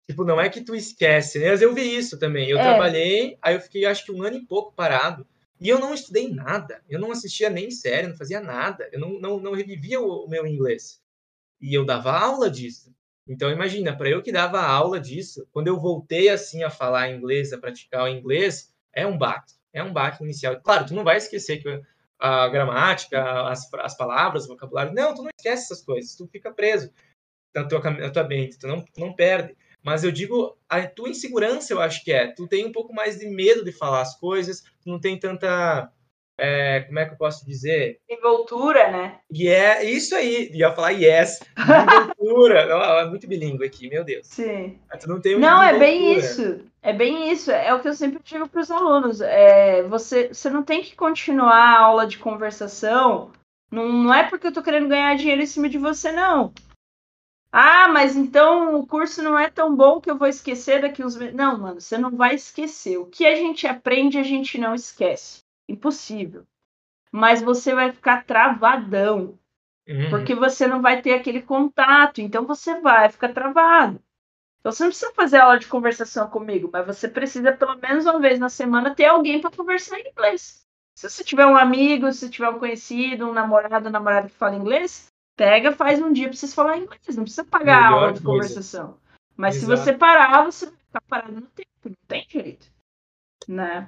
Tipo, não é que tu esquece, né? Mas eu vi isso também. Eu É, trabalhei, aí eu fiquei acho que um ano e pouco parado. E eu não estudei nada. Eu não assistia nem série, não fazia nada. Eu não, não, não revivia o, o meu inglês. E eu dava aula disso. Então, imagina, para eu que dava aula disso, quando eu voltei assim a falar inglês, a praticar o inglês, é um baque. É um baque inicial. Claro, tu não vai esquecer que a gramática, as, as palavras, o vocabulário. Não, tu não esquece essas coisas. Tu fica preso na tua, na tua mente, tu não, tu não perde. Mas eu digo, a tua insegurança, eu acho que é. Tu tem um pouco mais de medo de falar as coisas, tu não tem tanta. É, como é que eu posso dizer? envoltura, né? E é isso aí, ia falar yes, desenvoltura. Não, é muito bilíngue aqui, meu Deus. Sim. Tu não tem uma Não, é bem desenvoltura. isso. É bem isso. É o que eu sempre digo para os alunos. É, você, você não tem que continuar a aula de conversação. Não, não é porque eu estou querendo ganhar dinheiro em cima de você, não. Ah, mas então o curso não é tão bom que eu vou esquecer daqui uns meses. Não, mano, você não vai esquecer. O que a gente aprende, a gente não esquece. Impossível. Mas você vai ficar travadão, Uhum. porque você não vai ter aquele contato. Então você vai ficar travado. Então você não precisa fazer aula de conversação comigo, mas você precisa pelo menos uma vez na semana ter alguém para conversar em inglês. Se você tiver um amigo, se tiver um conhecido, um namorado, um namorado que fala inglês, pega, faz um dia para vocês falar inglês. Não precisa pagar a aula Melhor de coisa. conversação. Mas se você Exato. parar, você vai ficar parado no tempo, não tem jeito, né?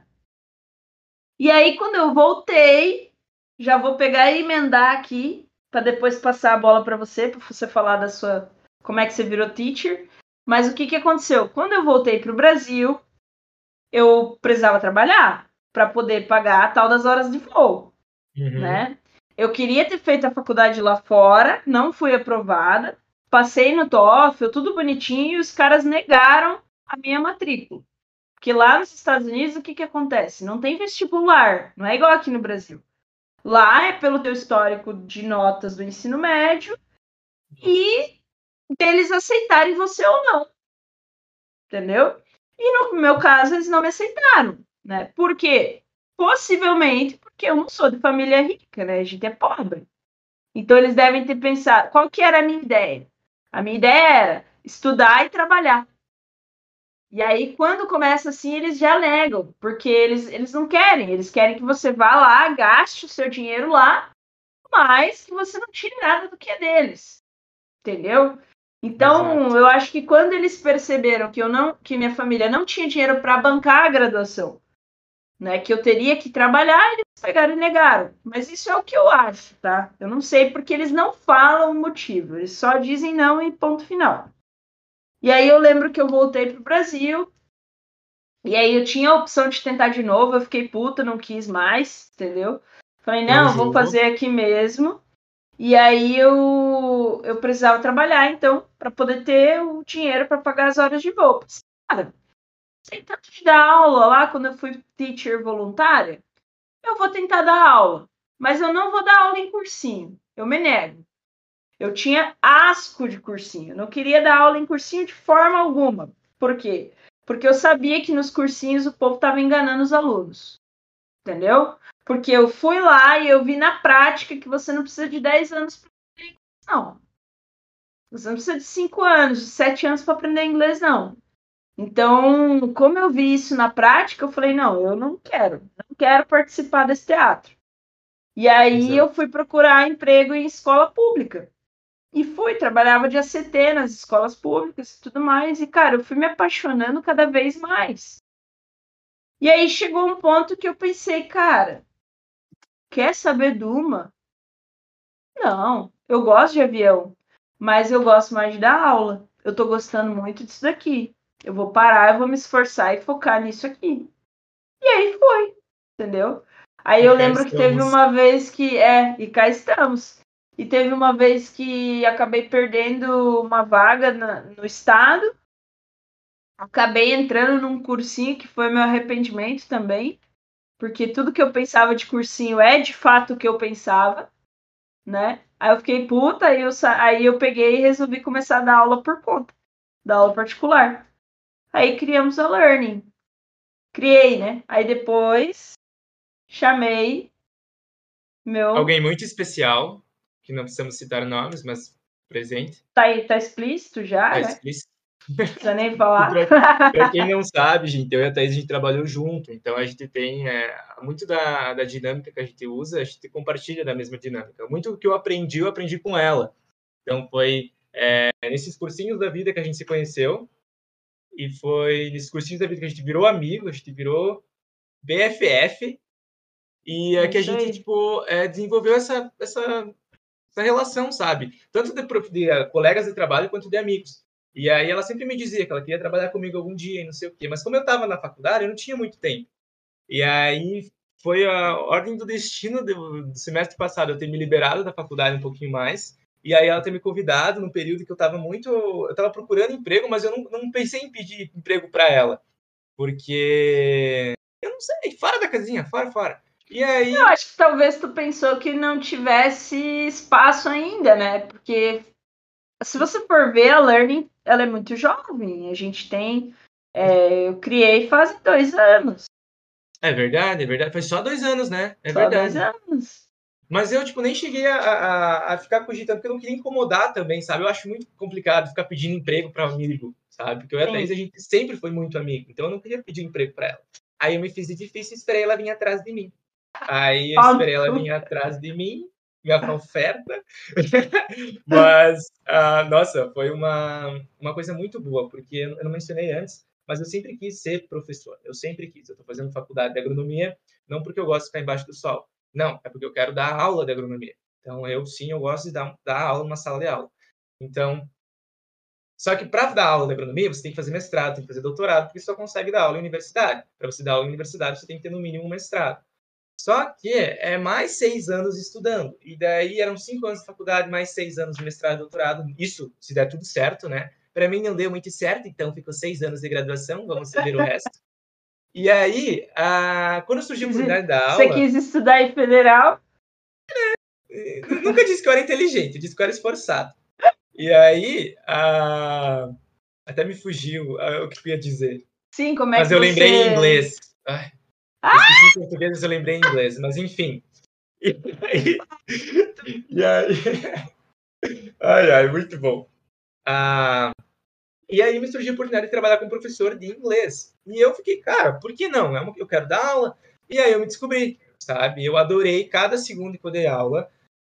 E aí quando eu voltei, já vou pegar e emendar aqui para depois passar a bola para você, para você falar da sua como é que você virou teacher. Mas o que, que aconteceu? Quando eu voltei para o Brasil, eu precisava trabalhar para poder pagar a tal das horas de voo, Uhum. né? Eu queria ter feito a faculdade lá fora, não fui aprovada, passei no TOEFL, tudo bonitinho, e os caras negaram a minha matrícula. Porque lá nos Estados Unidos, o que, que acontece? Não tem vestibular, não é igual aqui no Brasil. Lá é pelo teu histórico de notas do ensino médio e deles aceitarem você ou não, entendeu? E no meu caso, eles não me aceitaram, né? Por quê? Possivelmente porque eu não sou de família rica, né? A gente é pobre. Então eles devem ter pensado, qual que era a minha ideia? A minha ideia era estudar e trabalhar. E aí, quando começa assim, eles já negam, porque eles, eles não querem, eles querem que você vá lá, gaste o seu dinheiro lá, mas que você não tire nada do que é deles, entendeu? Então, Exato. eu acho que quando eles perceberam que eu não, que minha família não tinha dinheiro para bancar a graduação, né, que eu teria que trabalhar, eles pegaram e negaram. Mas isso é o que eu acho, tá? Eu não sei porque eles não falam o motivo, eles só dizem não e ponto final. E aí eu lembro que eu voltei para o Brasil, e aí eu tinha a opção de tentar de novo, eu fiquei puta, não quis mais, entendeu? Falei, Não não, vou julgo. fazer aqui mesmo. E aí eu, eu precisava trabalhar, então, para poder ter o dinheiro para pagar as horas de voo. Cara, sei tanto de dar aula lá quando eu fui teacher voluntária, eu vou tentar dar aula, mas eu não vou dar aula em cursinho. Eu me nego. Eu tinha asco de cursinho, não queria dar aula em cursinho de forma alguma. Por quê? Porque eu sabia que nos cursinhos o povo estava enganando os alunos, entendeu? Porque eu fui lá e eu vi na prática que você não precisa de dez anos para aprender inglês, não. Você não precisa de cinco anos, de sete anos para aprender inglês, não. Então, como eu vi isso na prática, eu falei, não, eu não quero, não quero participar desse teatro. E aí eu Exato. fui procurar emprego em escola pública. E fui, trabalhava de A C T nas escolas públicas e tudo mais. E, cara, eu fui me apaixonando cada vez mais. E aí chegou um ponto que eu pensei, cara, quer saber de uma? Não, eu gosto de avião, mas eu gosto mais de dar aula. Eu tô gostando muito disso daqui. Eu vou parar, eu vou me esforçar e focar nisso aqui. E aí foi, entendeu? Aí E eu cá lembro que teve estamos. uma vez que, é, e cá estamos. E teve uma vez que acabei perdendo uma vaga na- no estado, acabei entrando num cursinho que foi meu arrependimento também, porque tudo que eu pensava de cursinho é de fato o que eu pensava, né? Aí eu fiquei puta, aí eu, sa- aí eu peguei e resolvi começar a dar aula por conta, dar aula particular. Aí criamos a Learning. Criei, né? Aí depois chamei meu. Alguém muito especial, que não precisamos citar nomes, mas presente, Tá aí, tá explícito já, tá né? explícito. Não precisa nem falar. Para quem não sabe, gente, eu e a Thaís, a gente trabalhou junto, então a gente tem é, muito da, da dinâmica que a gente usa, a gente compartilha da mesma dinâmica. Muito do que eu aprendi, eu aprendi com ela. Então foi é, nesses cursinhos da vida que a gente se conheceu, e foi nesses cursinhos da vida que a gente virou amigo, a gente virou B F F, e é que a Isso gente aí. tipo, é, desenvolveu essa, essa, essa relação, sabe? Tanto de, prof- de uh, colegas de trabalho quanto de amigos. E aí ela sempre me dizia que ela queria trabalhar comigo algum dia e não sei o quê. Mas como eu estava na faculdade, eu não tinha muito tempo. E aí foi a ordem do destino do, do semestre passado eu ter me liberado da faculdade um pouquinho mais. E aí ela ter me convidado num período que eu estava muito... Eu estava procurando emprego, mas eu não, não pensei em pedir emprego para ela. Porque... Eu não sei, fora da casinha, fora, fora. E Eu aí... acho que talvez tu pensou que não tivesse espaço ainda, né? Porque se você for ver, a Learning, ela é muito jovem. A gente tem... É, eu criei faz dois anos. É verdade, é verdade. Foi só dois anos, né? É Só dois verdade. anos. Mas eu, tipo, nem cheguei a, a, a ficar cogitando, porque eu não queria incomodar também, sabe? Eu acho muito complicado ficar pedindo emprego para um amigo, sabe? Porque eu e a Thaís, Sim. a gente sempre foi muito amigo, então eu não queria pedir emprego para ela. Aí eu me fiz de difícil e esperei ela vir atrás de mim. Aí eu esperei ela vir atrás de mim, minha oferta. Mas, ah, nossa, foi uma, uma coisa muito boa, porque eu não mencionei antes, mas eu sempre quis ser professor. Eu sempre quis. Eu estou fazendo faculdade de agronomia, não porque eu gosto de ficar embaixo do sol. Não, é porque eu quero dar aula de agronomia. Então, eu sim, eu gosto de dar, dar aula numa sala de aula. Então, só que para dar aula de agronomia, você tem que fazer mestrado, tem que fazer doutorado, porque você só consegue dar aula em universidade. Para você dar aula em universidade, você tem que ter no mínimo um mestrado. Só que é mais seis anos estudando. E daí eram cinco anos de faculdade, mais seis anos de mestrado e doutorado. Isso, se der tudo certo, né? Para mim não deu muito certo, então ficou seis anos de graduação, vamos ver o resto. E aí, a... quando surgiu a oportunidade da Você aula... quis estudar em federal? Nunca disse que eu era inteligente, disse que eu era esforçado. E aí, a... até me fugiu o que eu ia dizer. Sim, como é Mas que eu lembrei em você... inglês. Ai, eu esqueci em português, mas eu lembrei em inglês. Mas enfim. E aí... E aí... Ai, ai, muito bom. Ah, e aí me surgiu a oportunidade de trabalhar como professor de inglês. E eu fiquei, cara, por que não? Eu quero dar aula. E aí eu me descobri, sabe? Eu adorei cada segundo que eu dei aula,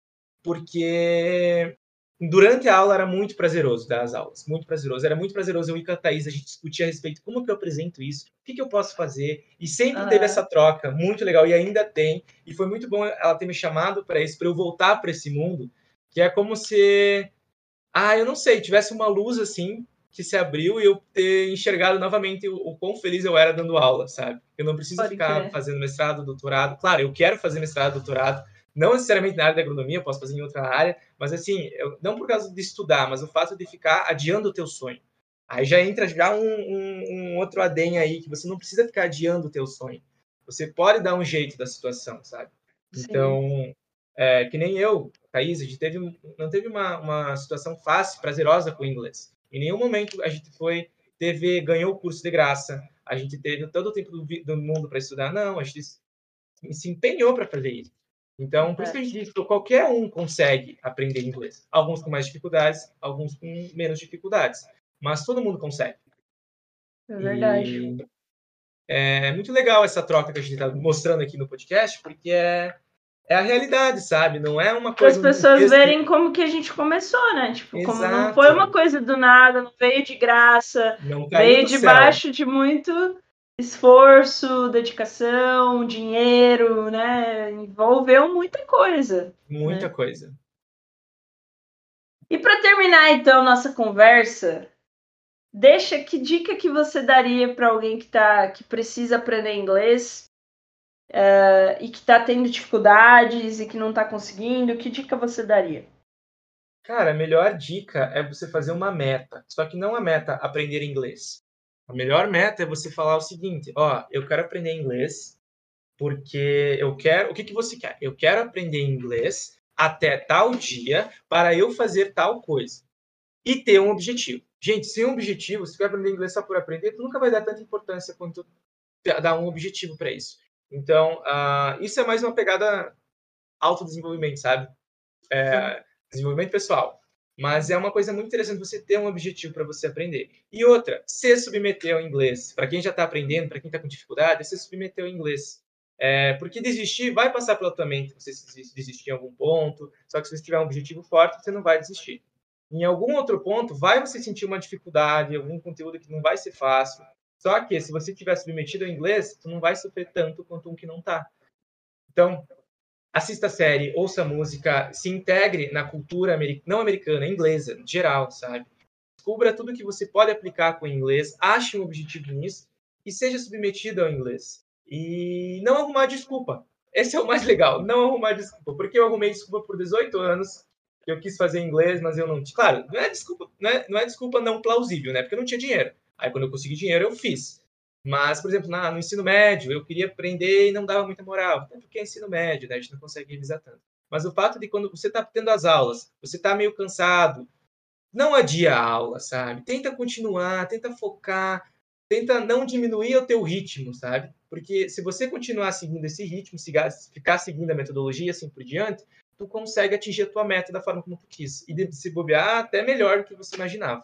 porque durante a aula era muito prazeroso dar as aulas, muito prazeroso. Era muito prazeroso eu ir com a Thaís, a gente discutir a respeito como que eu apresento isso, o que, que eu posso fazer. E sempre teve Uhum. essa troca, muito legal, e ainda tem. E foi muito bom ela ter me chamado para isso, para eu voltar para esse mundo, que é como se... Ah, eu não sei, tivesse uma luz assim que se abriu e eu ter enxergado novamente o, o quão feliz eu era dando aula, sabe? Eu não preciso Pode ficar crer. fazendo mestrado, doutorado. Claro, eu quero fazer mestrado, doutorado, não necessariamente na área da agronomia, eu posso fazer em outra área, mas assim, eu, não por causa de estudar, mas o fato de ficar adiando o teu sonho. Aí já entra já um, um, um outro adém aí, que você não precisa ficar adiando o teu sonho. Você pode dar um jeito da situação, sabe? Sim. Então, é, que nem eu, Thaís, a gente teve, não teve uma, uma situação fácil, prazerosa com o inglês. Em nenhum momento a gente foi, teve, ganhou o curso de graça, a gente teve todo o tempo do, do mundo para estudar. Não, a gente se empenhou para fazer isso. Então, por isso que a gente diz que qualquer um consegue aprender inglês. Alguns com mais dificuldades, alguns com menos dificuldades. Mas todo mundo consegue. É verdade. E é muito legal essa troca que a gente está mostrando aqui no podcast, porque é, é a realidade, sabe? Não é uma Para as coisa, um pessoas texto... verem como que a gente começou, né? Tipo, como não foi uma Exato. coisa do nada, não veio de graça, Não caiu veio do céu. debaixo de muito esforço, dedicação, dinheiro, né? Envolveu muita coisa, Muita né? coisa. E para terminar então nossa conversa, deixa que dica que você daria para alguém que tá que precisa aprender inglês uh, e que está tendo dificuldades e que não está conseguindo, que dica você daria? Cara, a melhor dica é você fazer uma meta. Só que não a meta aprender inglês. A melhor meta é você falar o seguinte: ó, eu quero aprender inglês porque eu quero. O que, que você quer? Eu quero aprender inglês até tal dia para eu fazer tal coisa. E ter um objetivo. Gente, sem um objetivo, se você quer aprender inglês só por aprender, tu nunca vai dar tanta importância quanto dar um objetivo para isso. Então, uh, isso é mais uma pegada autodesenvolvimento, sabe? É, desenvolvimento pessoal. Mas é uma coisa muito interessante você ter um objetivo para você aprender. E outra, se submeter ao inglês. Para quem já está aprendendo, para quem está com dificuldade, se submeter ao inglês. É, porque desistir vai passar pela tua mente, você desistir em algum ponto, só que se você tiver um objetivo forte, você não vai desistir. Em algum outro ponto, vai você sentir uma dificuldade, algum conteúdo que não vai ser fácil. Só que, se você estiver submetido ao inglês, tu não vai sofrer tanto quanto um que não está. Então, assista a série, ouça a música, se integre na cultura americana, não americana, inglesa, em geral, sabe? Descubra tudo que você pode aplicar com o inglês, ache um objetivo nisso e seja submetido ao inglês. E não arrumar desculpa. Esse é o mais legal, não arrumar desculpa. Porque eu arrumei desculpa por dezoito anos, eu quis fazer inglês, mas eu não... Claro, não é desculpa não, é, não é desculpa não plausível, né? Porque eu não tinha dinheiro. Aí, quando eu consegui dinheiro, eu fiz. Mas, por exemplo, na, no ensino médio, eu queria aprender e não dava muita moral. Até porque é ensino médio, né? A gente não consegue revisar tanto. Mas o fato de quando você está tendo as aulas, você está meio cansado, não adia a aula, sabe? Tenta continuar, tenta focar, tenta não diminuir o teu ritmo, sabe? Porque se você continuar seguindo esse ritmo, ficar seguindo a metodologia, assim por diante, tu consegue atingir a tua meta da forma como tu quis. E de se bobear até melhor do que você imaginava.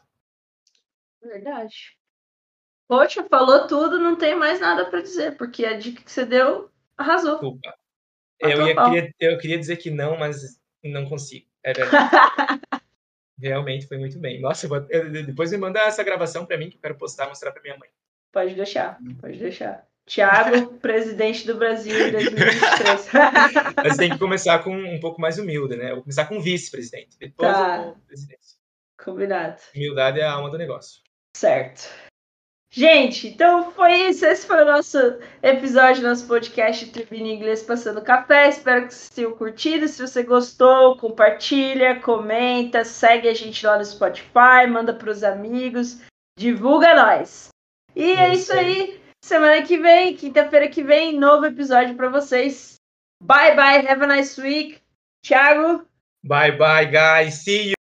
Verdade. Poxa, falou tudo, não tem mais nada para dizer, porque a dica que você deu arrasou. Desculpa. Eu, ia, queria, eu queria dizer que não, mas não consigo. É verdade. Realmente foi muito bem. Nossa, eu vou, eu, depois me manda essa gravação para mim, que eu quero postar e mostrar para minha mãe. Pode deixar, pode deixar. Thiago, presidente do Brasil em dois mil e vinte e três. Mas tem que começar com um pouco mais humilde, né? Eu vou começar com vice-presidente. Depois tá. eu vou presidente. Combinado. Humildade é a alma do negócio. Certo. Gente, então foi isso. Esse foi o nosso episódio, nosso podcast Tribuna Inglês Passando Café. Espero que vocês tenham curtido. Se você gostou, compartilha, comenta, segue a gente lá no Spotify, manda para os amigos, divulga nós. E é, é isso aí. aí. Semana que vem, quinta-feira que vem, novo episódio para vocês. Bye, bye. Have a nice week. Thiago. Bye, bye, guys. See you.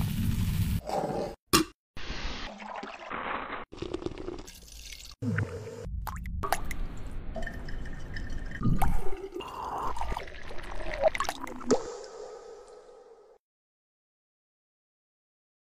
you